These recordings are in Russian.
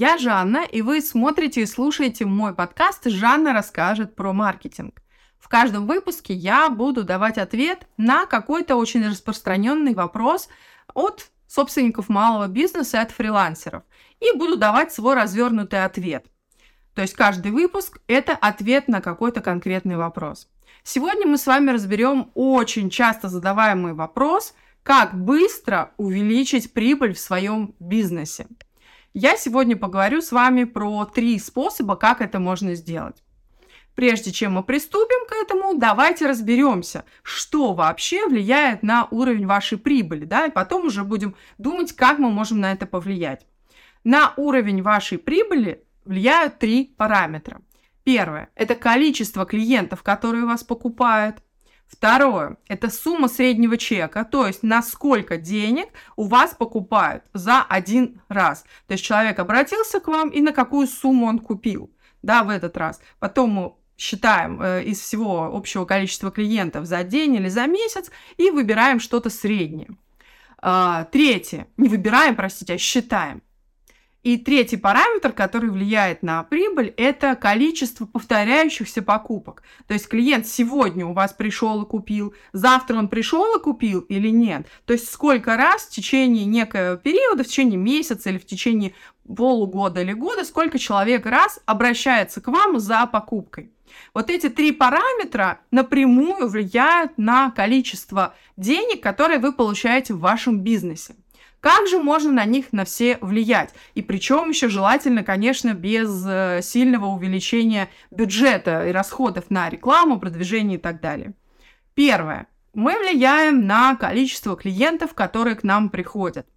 Я Жанна, и вы смотрите и слушаете мой подкаст «Жанна расскажет про маркетинг». В каждом выпуске я буду давать ответ на какой-то очень распространенный вопрос от собственников малого бизнеса и от фрилансеров. И буду давать свой развернутый ответ. То есть каждый выпуск – это ответ на какой-то конкретный вопрос. Сегодня мы с вами разберем очень часто задаваемый вопрос, как быстро увеличить прибыль в своем бизнесе. Я сегодня поговорю с вами про 3 способа, как это можно сделать. Прежде чем мы приступим к этому, давайте разберемся, что вообще влияет на уровень вашей прибыли, и потом уже будем думать, как мы можем на это повлиять. На уровень вашей прибыли влияют 3 параметра. Первое – это количество клиентов, которые вас покупают. Второе – это сумма среднего чека, то есть на сколько денег у вас покупают за один раз. То есть человек обратился к вам и на какую сумму он купил, в этот раз. Потом мы считаем из всего общего количества клиентов за день или за месяц и выбираем что-то среднее. Третье – не выбираем, а считаем. И третий параметр, который влияет на прибыль, это количество повторяющихся покупок. То есть клиент сегодня у вас пришел и купил, завтра он пришел и купил или нет. То есть сколько раз в течение некого периода, в течение месяца или в течение полугода или года, сколько человек раз обращается к вам за покупкой. Вот эти 3 параметра напрямую влияют на количество денег, которые вы получаете в вашем бизнесе. Как же можно на них на все влиять? И причем еще желательно, конечно, без сильного увеличения бюджета и расходов на рекламу, продвижение и так далее. Первое. Мы влияем на количество клиентов, которые к нам приходят.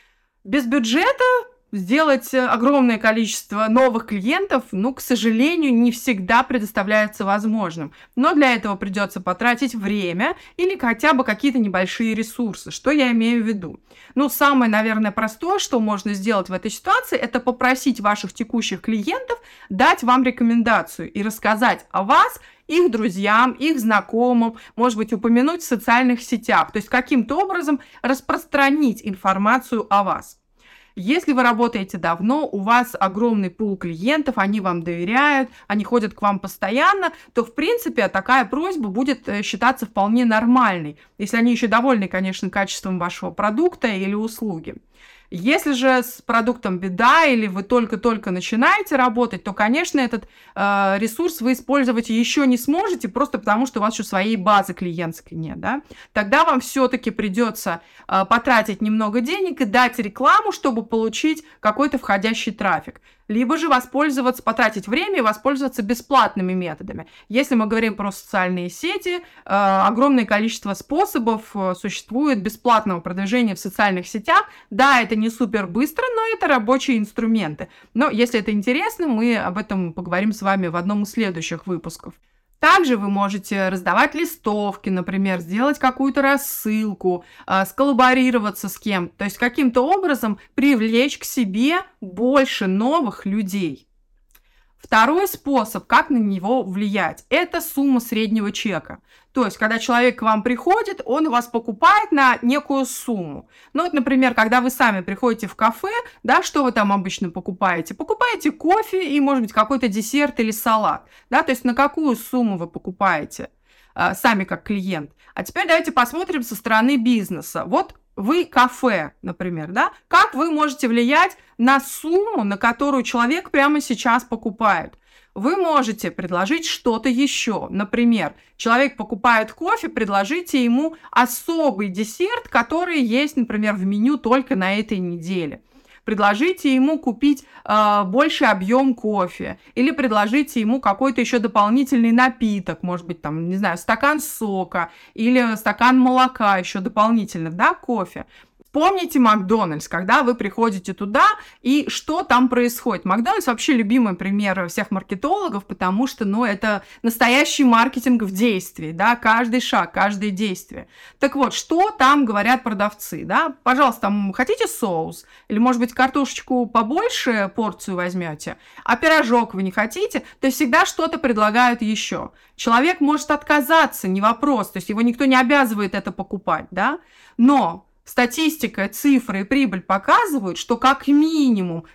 Без бюджета сделать огромное количество новых клиентов, к сожалению, не всегда представляется возможным. Но для этого придется потратить время или хотя бы какие-то небольшие ресурсы. Что я имею в виду? Самое, наверное, простое, что можно сделать в этой ситуации, это попросить ваших текущих клиентов дать вам рекомендацию и рассказать о вас их друзьям, их знакомым, может быть, упомянуть в социальных сетях. То есть каким-то образом распространить информацию о вас. Если вы работаете давно, у вас огромный пул клиентов, они вам доверяют, они ходят к вам постоянно, то, в принципе, такая просьба будет считаться вполне нормальной, если они еще довольны, конечно, качеством вашего продукта или услуги. Если же с продуктом беда или вы только-только начинаете работать, то, конечно, этот ресурс вы использовать еще не сможете, просто потому что у вас еще своей базы клиентской нет. Тогда вам все-таки придется потратить немного денег и дать рекламу, чтобы получить какой-то входящий трафик. Либо же потратить время и воспользоваться бесплатными методами. Если мы говорим про социальные сети, огромное количество способов существует бесплатного продвижения в социальных сетях. Да, это не супер быстро, но это рабочие инструменты. Но если это интересно, мы об этом поговорим с вами в одном из следующих выпусков. Также вы можете раздавать листовки, например, сделать какую-то рассылку, сколлаборироваться с кем-то, то есть каким-то образом привлечь к себе больше новых людей. Второй способ, как на него влиять, это сумма среднего чека. То есть, когда человек к вам приходит, он у вас покупает на некую сумму. Например, когда вы сами приходите в кафе, что вы там обычно покупаете? Покупаете кофе и, может быть, какой-то десерт или салат. То есть, на какую сумму вы покупаете сами как клиент. А теперь давайте посмотрим со стороны бизнеса. Вот вы кафе, например, Как вы можете влиять на сумму, на которую человек прямо сейчас покупает? Вы можете предложить что-то еще. Например, человек покупает кофе, предложите ему особый десерт, который есть, например, в меню только на этой неделе. Предложите ему купить больший объем кофе или предложите ему какой-то еще дополнительный напиток, может быть, стакан сока или стакан молока еще дополнительно, кофе. Вспомните Макдональдс, когда вы приходите туда, и что там происходит. Макдональдс вообще любимый пример всех маркетологов, потому что, это настоящий маркетинг в действии, каждый шаг, каждое действие. Так вот, что там говорят продавцы, Пожалуйста, хотите соус? Или, может быть, картошечку побольше порцию возьмете? А пирожок вы не хотите? То есть всегда что-то предлагают еще. Человек может отказаться, не вопрос, то есть его никто не обязывает это покупать, но статистика, цифры и прибыль показывают, что как минимум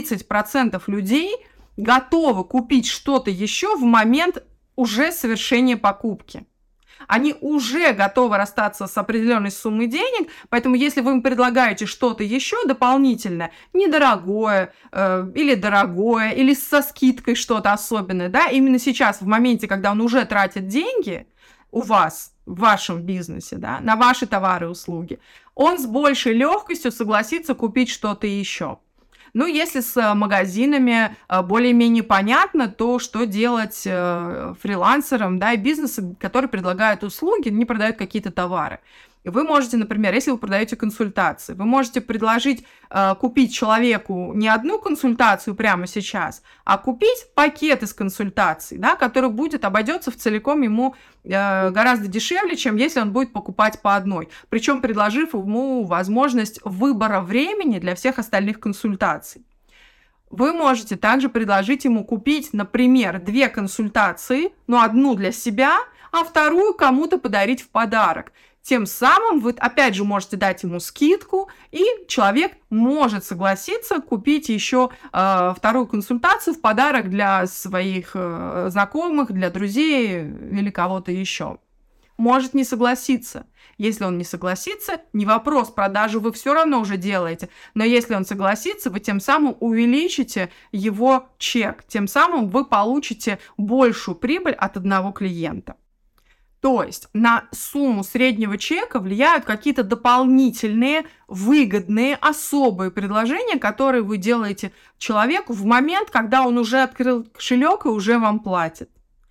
30% людей готовы купить что-то еще в момент уже совершения покупки. Они уже готовы расстаться с определенной суммой денег, поэтому если вы им предлагаете что-то еще дополнительное, недорогое, или дорогое, или со скидкой что-то особенное, да, именно сейчас, в моменте, когда он уже тратит деньги у вас, в вашем бизнесе, да, на ваши товары и услуги, он с большей легкостью согласится купить что-то еще. Ну, если с магазинами более-менее понятно, то что делать фрилансерам, да, и бизнесам, которые предлагают услуги, не продают какие-то товары. Вы можете, например, если вы продаете консультации, вы можете предложить купить человеку не одну консультацию прямо сейчас, а купить пакет из консультаций, да, который обойдется в целиком ему гораздо дешевле, чем если он будет покупать по одной. Причем предложив ему возможность выбора времени для всех остальных консультаций. Вы можете также предложить ему купить, например, 2 консультации, но одну для себя, а вторую кому-то подарить в подарок. Тем самым вы, опять же, можете дать ему скидку, и человек может согласиться купить еще вторую консультацию в подарок для своих знакомых, для друзей или кого-то еще. Может не согласиться. Если он не согласится, не вопрос, продажу вы все равно уже делаете. Но если он согласится, вы тем самым увеличите его чек. Тем самым вы получите большую прибыль от одного клиента. То есть на сумму среднего чека влияют какие-то дополнительные, выгодные, особые предложения, которые вы делаете человеку в момент, когда он уже открыл кошелек и уже вам платит.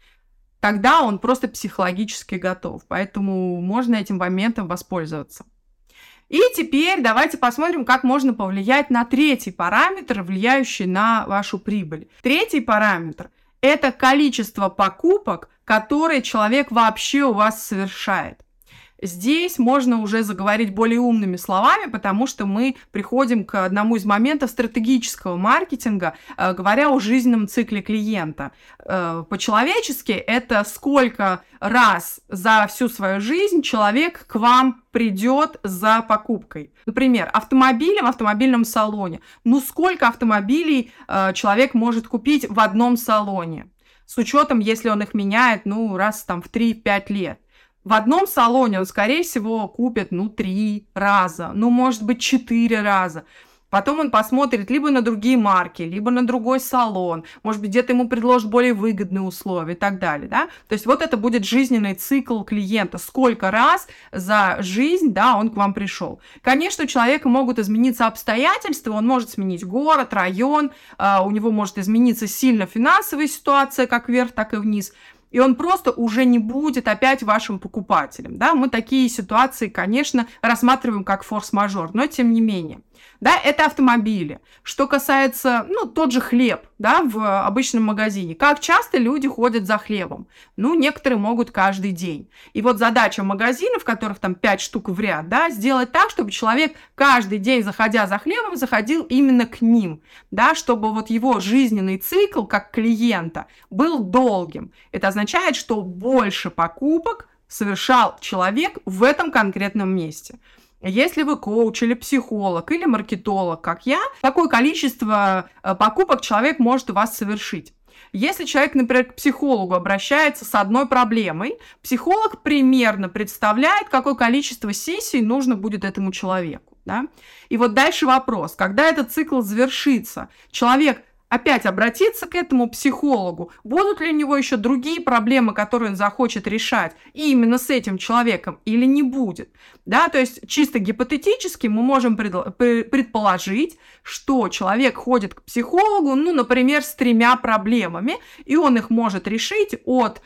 Тогда он просто психологически готов, поэтому можно этим моментом воспользоваться. И теперь давайте посмотрим, как можно повлиять на третий параметр, влияющий на вашу прибыль. Третий параметр – это количество покупок, которые человек вообще у вас совершает. Здесь можно уже заговорить более умными словами, потому что мы приходим к одному из моментов стратегического маркетинга, говоря о жизненном цикле клиента. По-человечески это сколько раз за всю свою жизнь человек к вам придет за покупкой. Например, автомобилем в автомобильном салоне. Ну, сколько автомобилей человек может купить в одном салоне? С учетом, если он их меняет, раз в 3-5 лет. В одном салоне он, скорее всего, купит, 3 раза, может быть, 4 раза. Потом он посмотрит либо на другие марки, либо на другой салон. Может быть, где-то ему предложат более выгодные условия и так далее, да? То есть вот это будет жизненный цикл клиента. Сколько раз за жизнь, да, он к вам пришел. Конечно, у человека могут измениться обстоятельства, он может сменить город, район, у него может измениться сильно финансовая ситуация, как вверх, так и вниз. И он просто уже не будет опять вашим покупателем. Да? Мы такие ситуации, конечно, рассматриваем как форс-мажор, но тем не менее. Да, это автомобили. Что касается, тот же хлеб, да, в обычном магазине. Как часто люди ходят за хлебом? Некоторые могут каждый день. И вот задача магазина, в которых там 5 штук в ряд, да, сделать так, чтобы человек каждый день, заходя за хлебом, заходил именно к ним, да, чтобы вот его жизненный цикл, как клиента, был долгим. Это означает, что больше покупок совершал человек в этом конкретном месте. Если вы коуч или психолог или маркетолог, как я, какое количество покупок человек может у вас совершить? Если человек, например, к психологу обращается с одной проблемой, психолог примерно представляет, какое количество сессий нужно будет этому человеку. Да? И вот дальше вопрос, когда этот цикл завершится, человек опять обратиться к этому психологу, будут ли у него еще другие проблемы, которые он захочет решать, и именно с этим человеком, или не будет. Да? То есть чисто гипотетически мы можем предположить, что человек ходит к психологу, например, с 3 проблемами, и он их может решить от,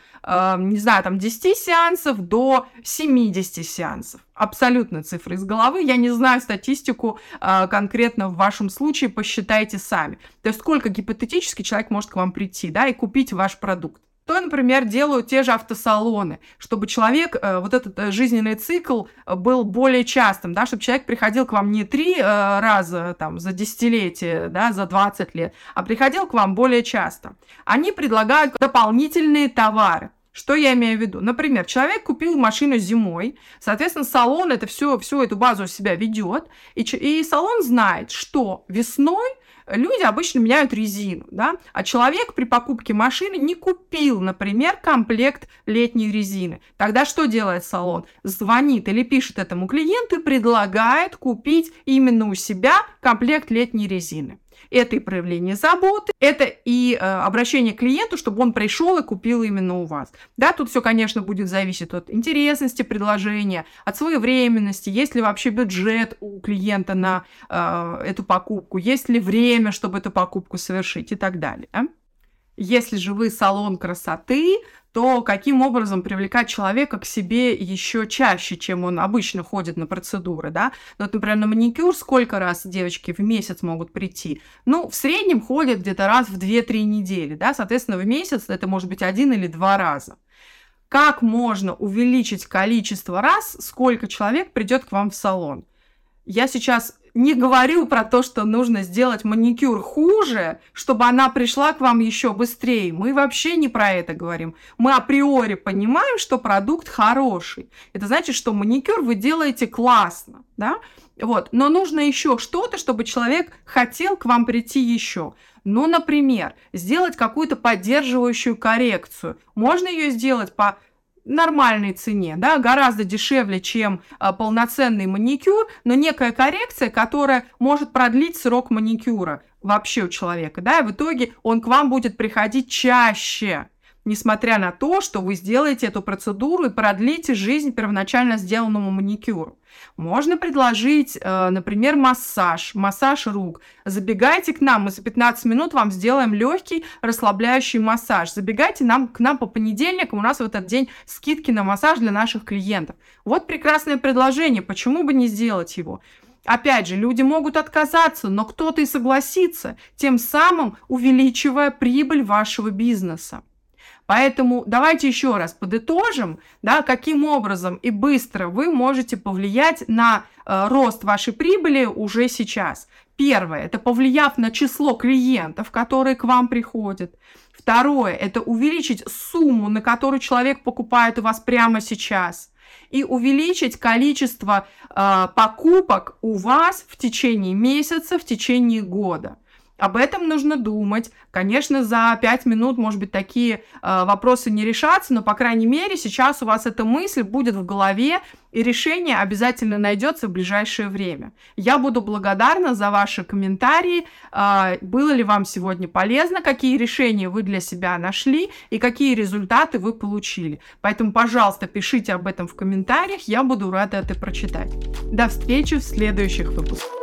10 сеансов до 70 сеансов. Абсолютно цифры из головы. Я не знаю статистику конкретно в вашем случае, посчитайте сами. То есть сколько гипотетически человек может к вам прийти, да, и купить ваш продукт. То, например, делают те же автосалоны, чтобы человек, вот этот жизненный цикл был более частым, да, чтобы человек приходил к вам не 3 раза за десятилетие, да, за 20 лет, а приходил к вам более часто. Они предлагают дополнительные товары. Что я имею в виду? Например, человек купил машину зимой, соответственно, салон это всю эту базу себя ведет, и салон знает, что весной люди обычно меняют резину, да? А человек при покупке машины не купил, например, комплект летней резины. Тогда что делает салон? Звонит или пишет этому клиенту и предлагает купить именно у себя комплект летней резины. Это и проявление заботы, это и обращение к клиенту, чтобы он пришел и купил именно у вас. Да, тут все, конечно, будет зависеть от интересности предложения, от своевременности, есть ли вообще бюджет у клиента на эту покупку, есть ли время, чтобы эту покупку совершить и так далее. Если же вы салон красоты, то каким образом привлекать человека к себе еще чаще, чем он обычно ходит на процедуры, да? Вот, например, на маникюр сколько раз девочки в месяц могут прийти? В среднем ходят где-то раз в 2-3 недели, да? Соответственно, в месяц это может быть 1 или 2 раза. Как можно увеличить количество раз, сколько человек придет к вам в салон? Я сейчас не говорю про то, что нужно сделать маникюр хуже, чтобы она пришла к вам еще быстрее. Мы вообще не про это говорим. Мы априори понимаем, что продукт хороший. Это значит, что маникюр вы делаете классно, да? Вот. Но нужно еще что-то, чтобы человек хотел к вам прийти еще. Например, сделать какую-то поддерживающую коррекцию. Можно ее сделать по нормальной цене, да, гораздо дешевле, чем полноценный маникюр, но некая коррекция, которая может продлить срок маникюра вообще у человека, да, и в итоге он к вам будет приходить чаще, несмотря на то, что вы сделаете эту процедуру и продлите жизнь первоначально сделанному маникюру. Можно предложить, например, массаж рук. Забегайте к нам, мы за 15 минут вам сделаем легкий расслабляющий массаж. Забегайте к нам по понедельникам, у нас в этот день скидки на массаж для наших клиентов. Вот прекрасное предложение, почему бы не сделать его? Опять же, люди могут отказаться, но кто-то и согласится, тем самым увеличивая прибыль вашего бизнеса. Поэтому давайте еще раз подытожим, да, каким образом и быстро вы можете повлиять на рост вашей прибыли уже сейчас. Первое – это повлияв на число клиентов, которые к вам приходят. Второе – это увеличить сумму, на которую человек покупает у вас прямо сейчас. И увеличить количество покупок у вас в течение месяца, в течение года. Об этом нужно думать. Конечно, за 5 минут, может быть, такие вопросы не решатся, но, по крайней мере, сейчас у вас эта мысль будет в голове, и решение обязательно найдется в ближайшее время. Я буду благодарна за ваши комментарии. Было ли вам сегодня полезно, какие решения вы для себя нашли и какие результаты вы получили. Поэтому, пожалуйста, пишите об этом в комментариях, я буду рада это прочитать. До встречи в следующих выпусках.